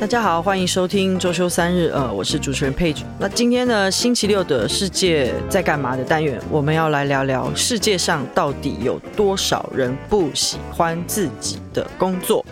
大家好，欢迎收听周休3日，我是主持人 Paige。那今天呢，星期六的世界在干嘛的单元，我们要来聊聊世界上到底有多少人不喜欢自己的工作。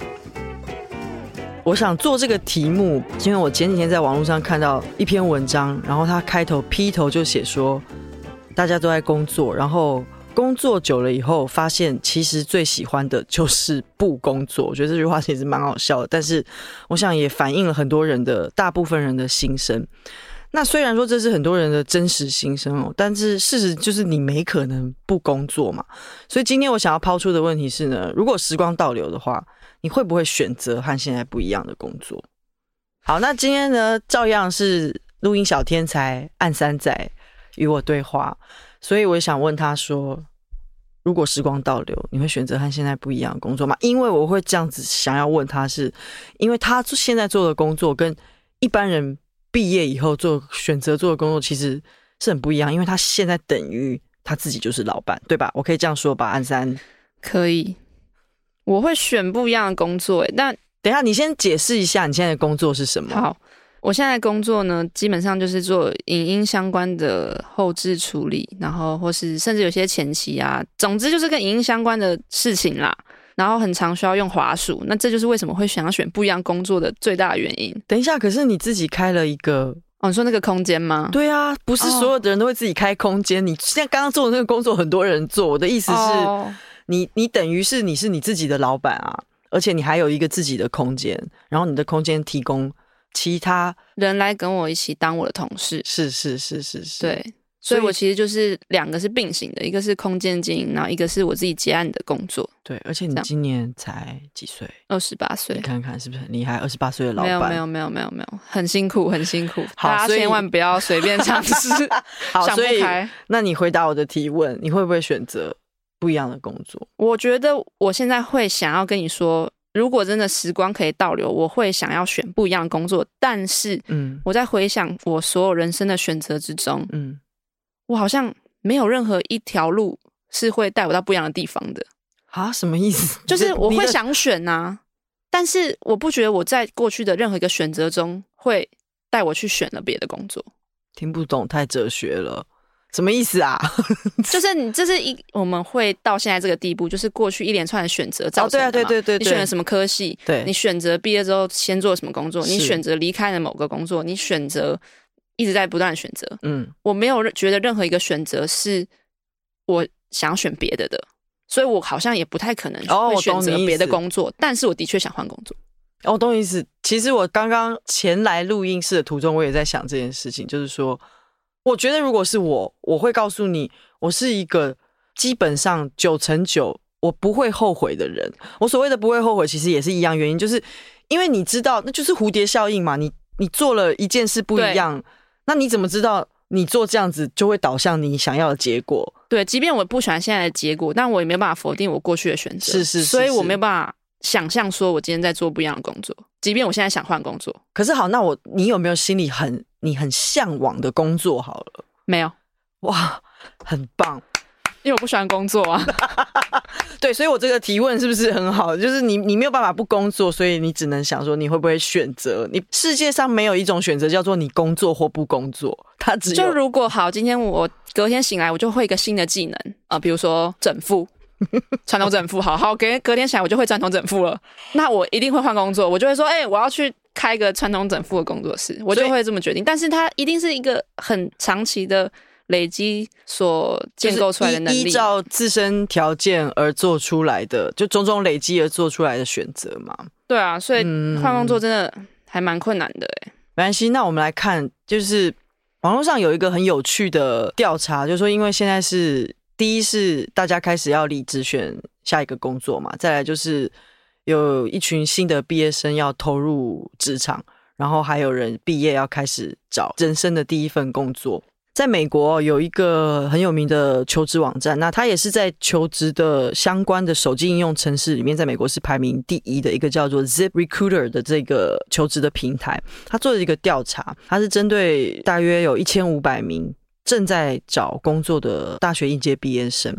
我想做这个题目，因为我前几天在网络上看到一篇文章，然后他劈头就写说，大家都在工作，然后工作久了以后发现其实最喜欢的就是不工作。我觉得这句话其实蛮好笑的，但是我想也反映了很多人的大部分人的心声。那虽然说这是很多人的真实心声但是事实就是你没可能不工作嘛。所以今天我想要抛出的问题是呢，如果时光倒流的话，你会不会选择和现在不一样的工作？好，那今天呢照样是录音小天才暗三仔与我对话，所以我也想问他说，如果时光倒流，你会选择和现在不一样的工作吗？因为我会这样子想要问他，是因为他现在做的工作跟一般人毕业以后选择做的工作其实是很不一样，因为他现在等于他自己就是老板，对吧？我可以这样说吧，安三？ 可以，我会选不一样的工作但等一下你先解释一下你现在的工作是什么。 好，我现在的工作呢，基本上就是做影音相关的后置处理，然后或是甚至有些前期啊，总之就是跟影音相关的事情啦。然后很常需要用滑鼠，那这就是为什么会想要选不一样工作的最大的原因。 等一下，可是你自己开了一个你说那个空间吗？ 对啊，不是所有的人都会自己开空间。你现在刚刚做的那个工作很多人做，我的意思是你等于是你是你自己的老板啊，而且你还有一个自己的空间，然后你的空间提供其他人来跟我一起当我的同事。是，对，所以我其实就是两个是并行的，一个是空间经营，然后一个是我自己结案的工作。 对，而且你今年才几岁 ？28岁。 你看看是不是很厉害？28岁的老板。 没有，很辛苦。大家千万不要随便尝试。 好， 想不开。 那你回答我的提问，你会不会选择不一样的工作？ 我觉得我现在会想要跟你说，如果真的时光可以倒流，我会想要选不一样的工作。但是我在回想我所有人生的选择之中我好像没有任何一条路是会带我到不一样的地方的。 啊？什么意思？ 就是我会想选但是我不觉得我在过去的任何一个选择中会带我去选了别的工作。 听不懂，太哲学了。什么意思啊？ 就是我们会到现在这个地步，就是过去一连串的选择造成的嘛。 对， 你选了什么科系？对，你选择毕业之后先做什么工作？你选择离开了某个工作？你选择一直在不断的选择。我没有觉得任何一个选择是我想要选别的，所以我好像也不太可能会选择别的工作。但是我的确想换工作。 我懂你意思。其实我刚刚前来录音室的途中，我也在想这件事情，就是说，我觉得如果是我会告诉你，我是一个基本上9%我不会后悔的人。我所谓的不会后悔，其实也是一样原因，就是因为你知道，那就是蝴蝶效应嘛。你做了一件事不一样，那你怎么知道你做这样子就会导向你想要的结果？对， 即便我不喜欢现在的结果，但我也没有办法否定我过去的选择。 是， 所以我没有办法想象说我今天在做不一样的工作，即便我现在想换工作。 可是好，那你有没有心里你很向往的工作？好了， 没有。 哇，很棒。 因为我不喜欢工作啊。 对，所以我这个提问是不是很好？就是你没有办法不工作，所以你只能想说你会不会选择。你世界上没有一种选择叫做你工作或不工作，它只有就如果好，今天我隔天醒来我就会一个新的技能比如说整复。传统整复。好，隔天起来我就会传统整复了，那我一定会换工作。我就会说我要去开个传统整复的工作室，我就会这么决定。但是它一定是一个很长期的累积所建构出来的能力， 依照自身条件而做出来的，就种种累积而做出来的选择嘛。 对啊，所以换工作真的还蛮困难的没关系，那我们来看，就是网络上有一个很有趣的调查，就是说因为现在是第一是大家开始要离职选下一个工作嘛，再来就是有一群新的毕业生要投入职场，然后还有人毕业要开始找人生的第一份工作。在美国有一个很有名的求职网站，那它也是在求职的相关的手机应用程式里面，在美国是排名第1的一个叫做 ZipRecruiter 的这个求职的平台。它做了一个调查，它是针对大约有1500名正在找工作的大学应届毕业生。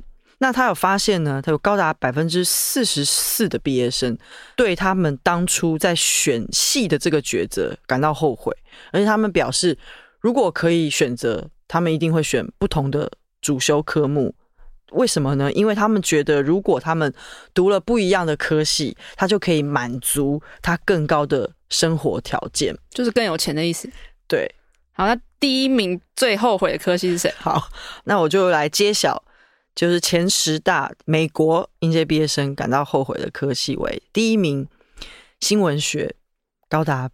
那他有发现呢，他有高达44%的毕业生对他们当初在选系的这个抉择感到后悔，而且他们表示，如果可以选择，他们一定会选不同的主修科目。为什么呢？因为他们觉得，如果他们读了不一样的科系，他就可以满足他更高的生活条件， 就是更有钱的意思。 对， 好，那第一名最后悔的科系是谁？ 好，那我就来揭晓，就是前10大美国应届毕业生感到后悔的科系为：第一名，新闻学，高达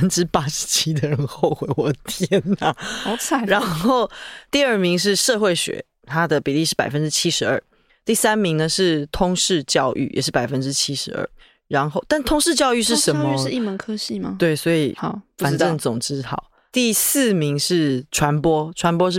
87%的人后悔，我的天哪， 好惨。 然后第二名是社会学，它的比例是72%。第三名呢是通识教育，也是72%。然后，但通识教育是什么？ 通识教育是一门科系吗？ 对，所以好， 反正总之好。第四名是传播，传播是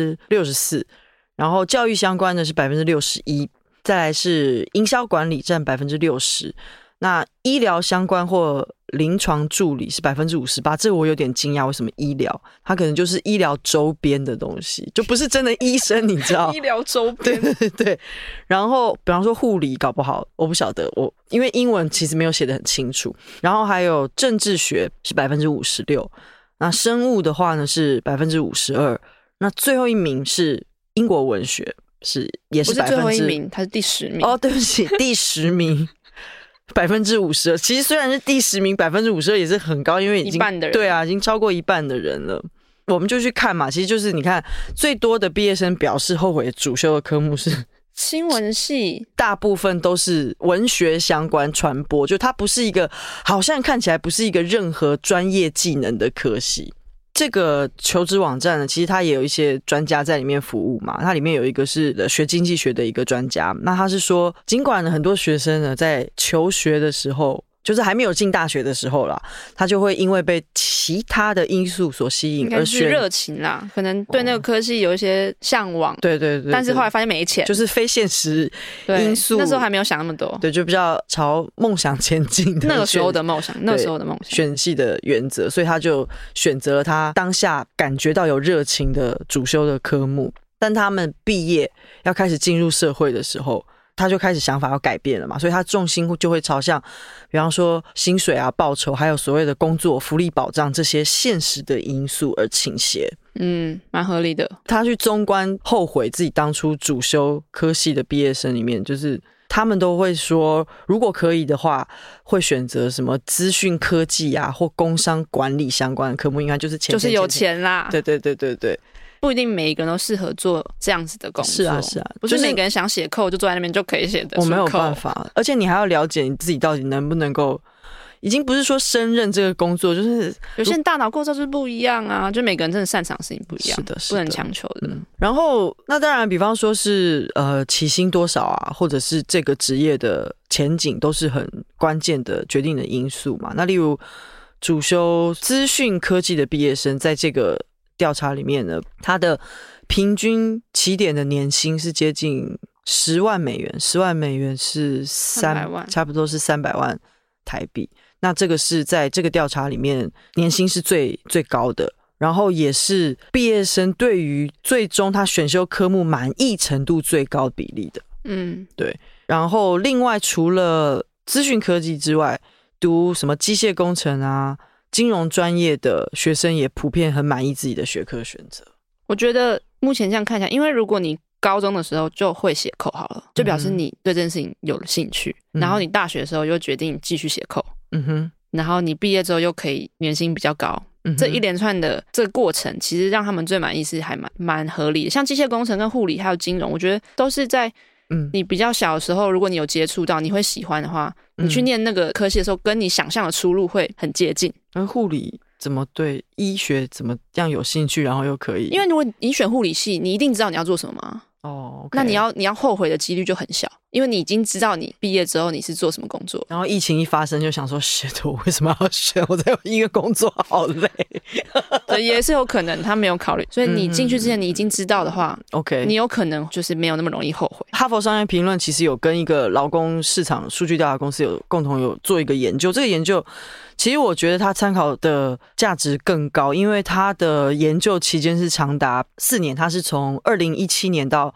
64%，然后教育相关的是61%，再来是营销管理占60%。那医疗相关或临床助理是58%，这个我有点惊讶，为什么医疗？它可能就是医疗周边的东西，就不是真的医生，你知道？ 医疗周边， 对对对。然后，比方说护理，搞不好我不晓得，因为英文其实没有写得很清楚。然后还有政治学是56%，那生物的话呢是52%，那最后一名是英国文学，也是不是最后一名，他是第10名。 哦，对不起，第10名。52%，其实虽然是第10名，52%也是很高，因为已经一半的人， 对啊，已经超过一半的人了。我们就去看嘛，其实就是你看，最多的毕业生表示后悔主修的科目是新闻系， 大部分都是文学相关传播，就它不是一个，好像看起来不是一个任何专业技能的科系。这个求职网站呢，其实它也有一些专家在里面服务嘛。它里面有一个是学经济学的一个专家，那他是说，尽管很多学生呢在求学的时候，就是还没有进大学的时候啦，他就会因为被其他的因素所吸引而选， 应该是热情啦，可能对那个科系有一些向往， 对对 对， 但是后来发现没钱， 就是非现实因素。 那时候还没有想那么多， 对，就比较朝梦想前进的那个时候的梦想，那时候的梦想， 选系的原则，所以他就选择了他当下感觉到有热情的主修的科目。但他们毕业要开始进入社会的时候，他就开始想法要改变了嘛，所以他重心就会朝向，比方说薪水啊、报酬，还有所谓的工作福利保障这些现实的因素而倾斜。 蛮合理的。 他去综观后悔自己当初主修科系的毕业生里面，就是他们都会说，如果可以的话，会选择什么资讯科技啊，或工商管理相关的科目，应该就是钱， 就是有钱啦。 对对对对对。 不一定每一个人都适合做这样子的工作， 是啊是啊， 不是每个人想写扣就坐在那边就可以写的， 我没有办法，而且你还要了解你自己到底能不能够，已经不是说胜任这个工作，就是有些人大脑构造就是不一样啊，就每个人真的擅长的事情不一样， 是的， 不能强求的。 然后那当然，比方说是起薪多少啊，或者是这个职业的前景，都是很关键的决定的因素嘛。那例如主修资讯科技的毕业生，在这个调查里面呢，他的平均起点的年薪是接近10万美元，10万美元是 300万， 差不多是300万台币。那这个是在这个调查里面年薪是最高的，然后也是毕业生对于最终他选修科目满意程度最高比例的。对。然后另外除了资讯科技之外，读什么机械工程啊、金融专业的学生也普遍很满意自己的学科选择。 我觉得目前这样看起来，因为如果你高中的时候就会写扣好了，就表示你对这件事情有了兴趣，然后你大学的时候又决定继续写扣，然后你毕业之后又可以年薪比较高，这一连串的这个过程，其实让他们最满意是还蛮合理的。像机械工程跟护理还有金融，我觉得都是在你比较小的时候，如果你有接触到，你会喜欢的话，你去念那个科系的时候，跟你想象的出路会很接近。 而护理怎么对医学怎么样有兴趣，然后又可以？ 因为如果你选护理系，你一定知道你要做什么吗？ 哦， 那你要后悔的几率就很小，因为你已经知道你毕业之后你是做什么工作。 然后疫情一发生，就想说 shit， 我为什么要选？我在医院工作好累。 对，也是有可能他没有考虑，所以你进去之前你已经知道的话 ，OK， 你有可能就是没有那么容易后悔。 哈佛商业评论其实有跟一个劳工市场数据调查公司共同做一个研究，这个研究其实我觉得它参考的价值更高，因为它的研究期间是长达4年，它是从2017年到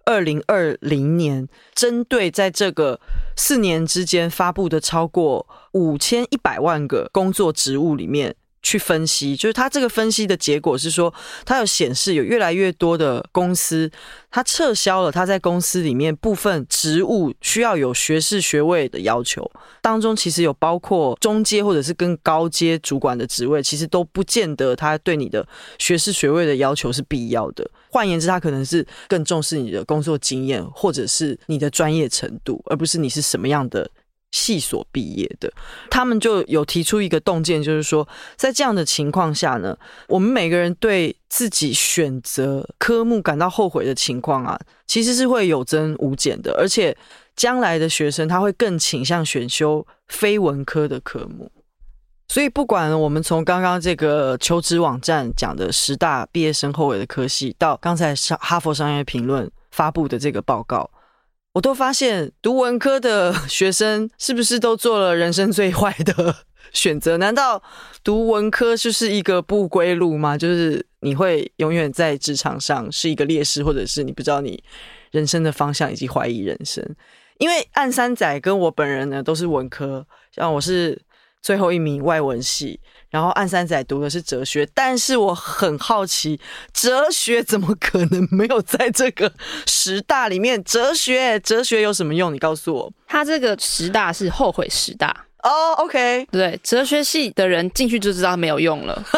2020年针对在这个4年之间发布的超过5100万个工作职务里面去分析，就是他这个分析的结果是说，他有显示有越来越多的公司，他撤销了他在公司里面部分职务需要有学士学位的要求，当中其实有包括中阶或者是更高阶主管的职位，其实都不见得他对你的学士学位的要求是必要的。换言之，他可能是更重视你的工作经验或者是你的专业程度，而不是你是什么样的系所毕业的。他们就有提出一个洞见，就是说在这样的情况下呢，我们每个人对自己选择科目感到后悔的情况啊，其实是会有增无减的，而且将来的学生他会更倾向选修非文科的科目。所以不管我们从刚刚这个求职网站讲的10大毕业生后悔的科系，到刚才哈佛商业评论发布的这个报告，我都发现读文科的学生是不是都做了人生最坏的选择？难道读文科就是一个不归路吗？就是你会永远在职场上是一个劣势，或者是你不知道你人生的方向以及怀疑人生？因为岸三仔跟我本人呢都是文科，像我是最后一名外文系，然后岸三仔读的是哲学，但是我很好奇，哲学怎么可能没有在这个10大里面？哲学有什么用？你告诉我。 他这个10大是后悔10大哦、OK， 对，哲学系的人进去就知道没有用了。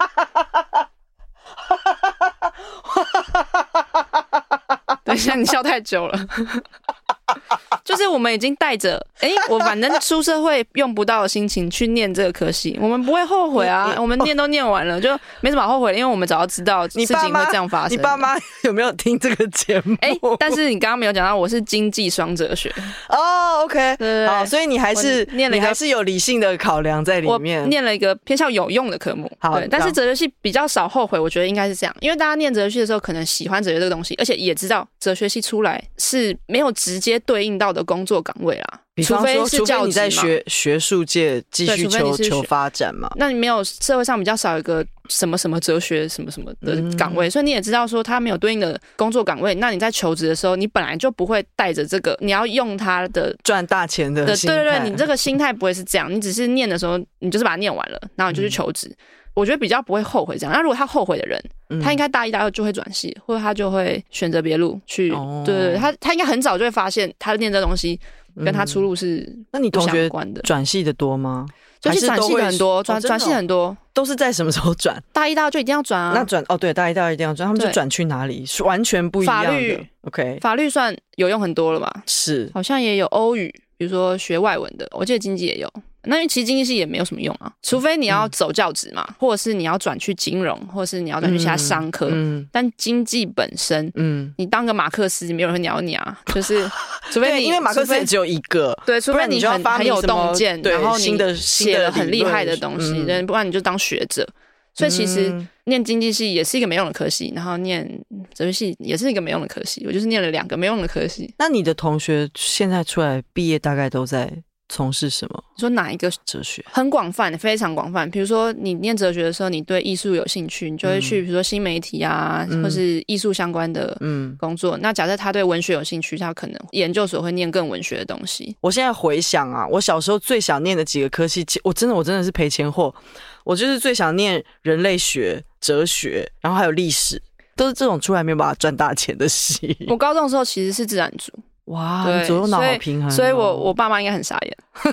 等一下，你笑太久了。就是我们已经带着我反正出社会用不到的心情去念这个科系，我们不会后悔啊，我们念都念完了，就没什么好后悔的，因为我们早就知道事情会这样发生。 你爸妈有没有听这个节目？ 但是你刚刚没有讲到我是经济双哲学哦、OK， 对， 好，所以你还是念了一个， 你还是有理性的考量在里面。 我念了一个偏向有用的科目， 好， 对，但是哲学系比较少后悔，我觉得应该是这样，因为大家念哲学系的时候可能喜欢哲学这个东西，而且也知道哲学系出来是没有直接对应到的工作岗位啦。除非是教职嘛，除非你在学术界继续求发展嘛， 那你没有社会上比较少一个什么什么哲学什么什么的岗位，所以你也知道说他没有对应的工作岗位，那你在求职的时候，你本来就不会带着这个你要用他的赚大钱的心态， 对，你这个心态不会是这样，你只是念的时候你就是把它念完了，然后你就去求职。我觉得比较不会后悔这样。那如果他后悔的人，他应该大1大2就会转系，或者他就会选择别路去。对，他应该很早就会发现他念这东西跟他出路是不相关的。 那你同学转系的多吗？ 就是转系的很多，转系很多， 都是在什么时候转？ 大1大2就一定要转啊。 那转对，大1大2一定要转，他们就转去哪里？是完全不一样的。 法律 OK， 法律算有用很多了吧？ 是， 好像也有欧语，比如说学外文的，我记得经济也有。那因为其实经济系也没有什么用啊，除非你要走教职嘛，或者是你要转去金融，或者是你要转去其他商科。但经济本身，你当个马克思，没有人会鸟你啊。就是除非你， 因为马克思也只有一个， 对，除非你很有洞见，然后你写了很厉害的东西，不然你就当学者。所以其实念经济系也是一个没用的科系，然后念哲学系也是一个没用的科系。我就是念了2个没用的科系。 那你的同学现在出来毕业大概都在从事什么？ 你说哪一个？ 哲学很广泛，非常广泛。比如说你念哲学的时候，你对艺术有兴趣，你就会去比如说新媒体啊，或是艺术相关的工作。那假设他对文学有兴趣，他可能研究所会念更文学的东西。 我现在回想啊，我小时候最想念的几个科系，我真的是赔钱货。我就是最想念人类学、哲学，然后还有历史，都是这种出来没有办法赚大钱的系。 我高中的时候其实是自然组。 哇，左右脑好平衡。 所以我爸妈应该很傻眼。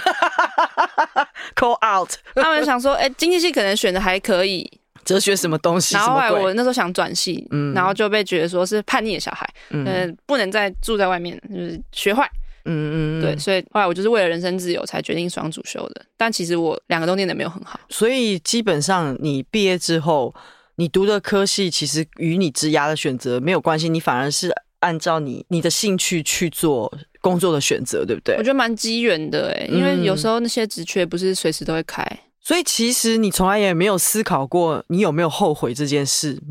call out， 他们想说，经济系可能选的还可以， 哲学什么东西？ 然后后来我那时候想转系，然后就被觉得说是叛逆的小孩，不能再住在外面，就是学坏。对，所以后来我就是为了人身自由才决定双主修的。但其实我2个都念得没有很好， 所以基本上你毕业之后，你读的科系其实与你职涯的选择没有关系，你反而是按照你的兴趣去做工作的选择，对不对？ 我觉得蛮机缘的因为有时候那些职缺不是随时都会开， 所以其实你从来也没有思考过你有没有后悔这件事吗？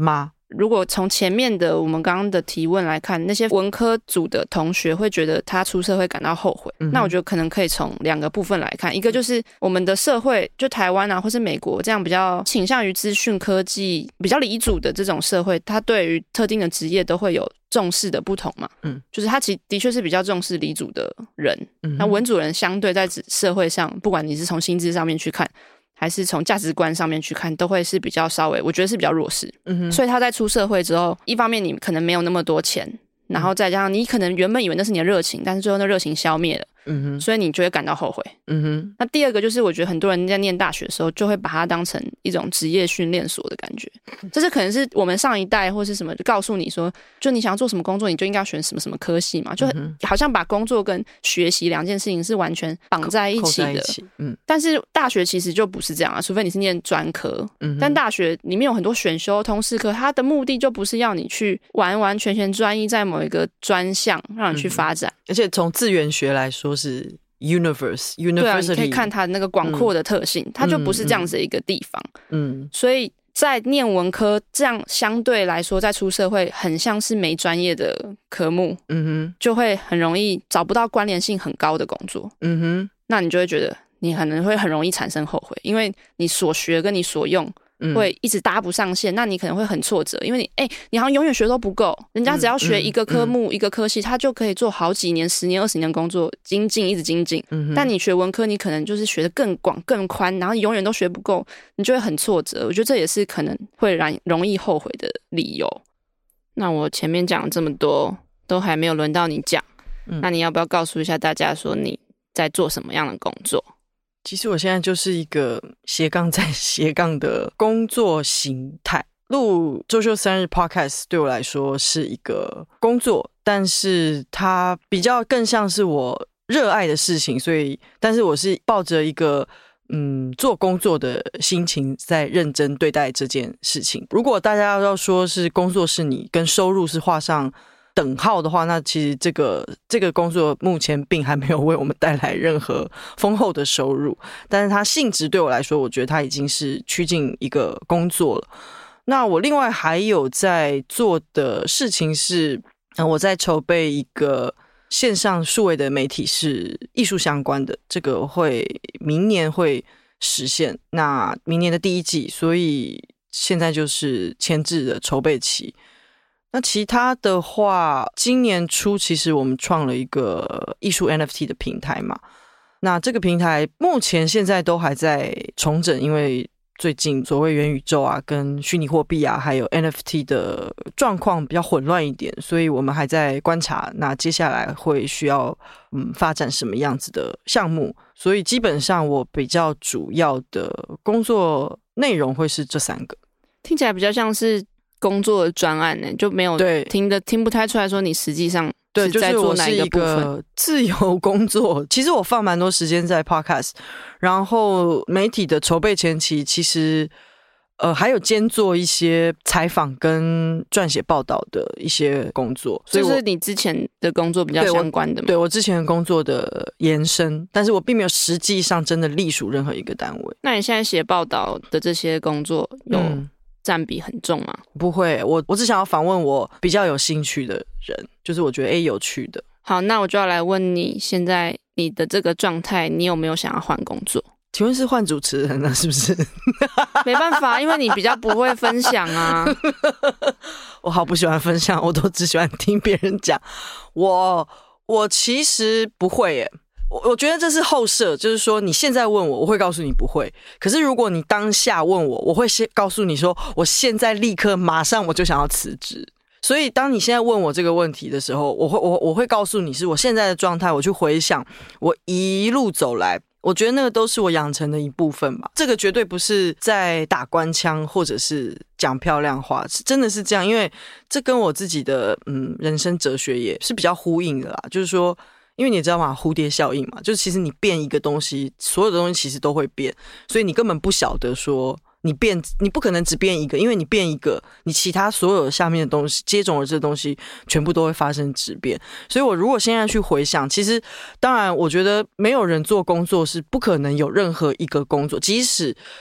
如果从前面的我们刚刚的提问来看，那些文科组的同学会觉得他出社会感到后悔，那我觉得可能可以从2个部分来看。一个就是我们的社会，就台湾啊或是美国这样比较倾向于资讯科技比较理组的这种社会，他对于特定的职业都会有重视的不同嘛，就是他其实的确是比较重视理组的人，那文组人相对在社会上，不管你是从薪资上面去看还是从价值观上面去看，都会是比较稍微，我觉得是比较弱势。所以他在出社会之后，一方面你可能没有那么多钱，然后再加上你可能原本以为那是你的热情，但是最后那热情消灭了，所以你就会感到后悔。那第二个就是我觉得很多人在念大学的时候就会把它当成一种职业训练所的感觉，这是可能是我们上一代或是什么就告诉你说，就你想要做什么工作你就应该选什么什么科系嘛，就好像把工作跟学习2件事情是完全绑在一起的。但是大学其实就不是这样啊，除非你是念专科，但大学里面有很多选修通识课，它的目的就不是要你去完完全全专一在某一个专项让你去发展， 而且从字源学来说是university， 对啊，你可以看它那个广阔的特性，它就不是这样子的一个地方。所以在念文科这样相对来说在出社会很像是没专业的科目，就会很容易找不到关联性很高的工作，那你就会觉得你可能会很容易产生后悔，因为你所学跟你所用会一直搭不上线，那你可能会很挫折，因为你好像永远学都不够，人家只要学一个科目一个科系，他就可以做好几年10年20年工作，精进一直精进，但你学文科你可能就是学得更广更宽，然后你永远都学不够，你就会很挫折。我觉得这也是可能会容易后悔的理由。那我前面讲了这么多都还没有轮到你讲，那你要不要告诉一下大家说你在做什么样的工作？ 其实我现在就是一个斜杠再斜杠的工作形态。录周休3日 podcast 对我来说是一个工作，但是它比较更像是我热爱的事情，所以但是我是抱着一个做工作的心情在认真对待这件事情。如果大家要说是工作是你跟收入是画上等号的话，那其实这个工作目前并还没有为我们带来任何丰厚的收入，但是它性质对我来说，我觉得它已经是趋近一个工作了。那我另外还有在做的事情是，我在筹备一个线上数位的媒体，是艺术相关的，这个明年会实现，那明年的第1季，所以现在就是前置的筹备期。那其他的话，今年初其实我们创了一个艺术 NFT 的平台嘛，那这个平台目前现在都还在重整，因为最近所谓元宇宙啊跟虚拟货币啊还有 NFT 的状况比较混乱一点，所以我们还在观察那接下来会需要发展什么样子的项目，所以基本上我比较主要的工作内容会是这3个。 听起来比较像是工作的专案呢，就没有听不太出来说你实际上是在做哪一个部分。 就是我是一个自由工作，其实我放蛮多时间在 podcast， 然后媒体的筹备前期其实还有兼做一些采访跟撰写报道的一些工作，所以就是你之前的工作比较相关的嘛？ 对，我之前的工作的延伸，但是我并没有实际上真的隶属任何一个单位。 那你现在写报道的这些工作有占比很重吗？ 不会，我只想要访问我比较有兴趣的人，就是我觉得有趣的。 好，那我就要来问你，现在你的这个状态，你有没有想要换工作？ 请问是换主持人了是不是？ 没办法，因为你比较不会分享啊。 我好不喜欢分享，我都只喜欢听别人讲。我其实不会耶。我觉得这是后设，就是说你现在问我，我会告诉你不会。可是如果你当下问我，我会先告诉你说，我现在立刻马上我就想要辞职。所以当你现在问我这个问题的时候，我会告诉你是我现在的状态，我去回想我一路走来，我觉得那个都是我养成的一部分吧。这个绝对不是在打官腔或者是讲漂亮话，真的是这样，因为这跟我自己的人生哲学也是比较呼应的啦。就是说，因为你知道嘛，蝴蝶效应嘛，就是其实你变一个东西，所有的东西其实都会变，所以你根本不晓得说你不可能只变一个，因为你变一个，你其他所有下面的东西接踵而至的东西全部都会发生质变。所以我如果现在去回想，其实当然我觉得没有人做工作是不可能有任何一个工作，即使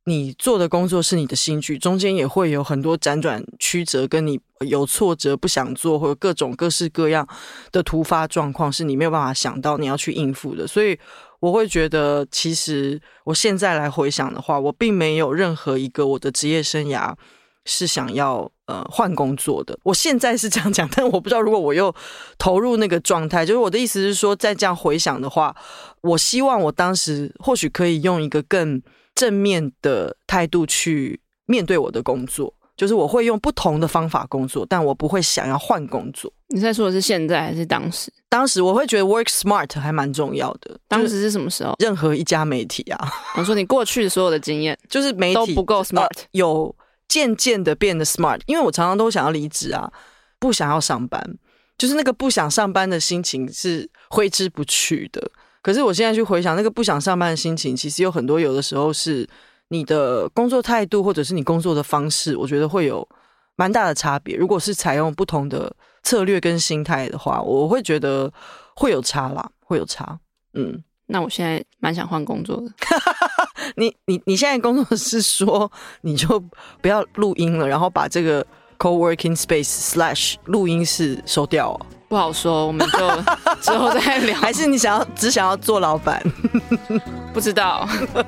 你做的工作是你的兴趣，中间也会有很多辗转曲折，跟你有挫折不想做，或者各种各式各样的突发状况是你没有办法想到你要去应付的。所以我会觉得其实我现在来回想的话，我并没有任何一个我的职业生涯是想要换工作的。我现在是这样讲，但我不知道如果我又投入那个状态，就是我的意思是说，再这样回想的话，我希望我当时或许可以用一个更正面的态度去面对我的工作，就是我会用不同的方法工作，但我不会想要换工作。 你在说的是现在还是当时？ 当时我会觉得 work smart 还蛮重要的。 当时是什么时候？ 任何一家媒体啊， 我说你过去所有的经验， 就是媒体都不够 smart， 有渐渐的变得 smart， 因为我常常都想要离职啊，不想要上班，就是那个不想上班的心情是挥之不去的。可是我现在去回想，那个不想上班的心情，其实有很多，有的时候是你的工作态度，或者是你工作的方式，我觉得会有蛮大的差别。如果是采用不同的策略跟心态的话，我会觉得会有差啦，会有差。 那我现在蛮想换工作的。 你现在工作是说你就不要录音了，然后把这个 co-working space/ 录音室收掉哦？ 不好说，我们就之后再聊。 还是你只想要做老板？ 不知道。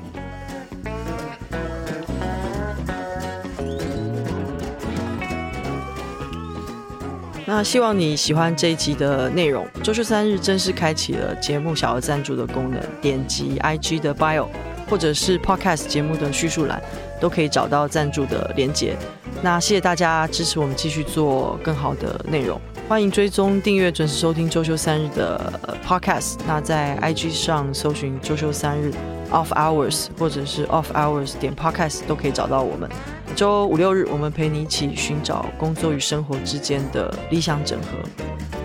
那希望你喜欢这一集的内容。周休3日正式开启了节目小额赞助的功能，点击 IG 的 bio 或者是 podcast 节目的叙述栏，都可以找到赞助的连结。那谢谢大家支持我们继续做更好的内容，欢迎追踪订阅准时收听周休3日的 podcast。那在 IG 上搜寻周休3日 off hours 或者是 off hours 点 podcast 都可以找到我们。周5、6日我们陪你一起寻找工作与生活之间的理想整合。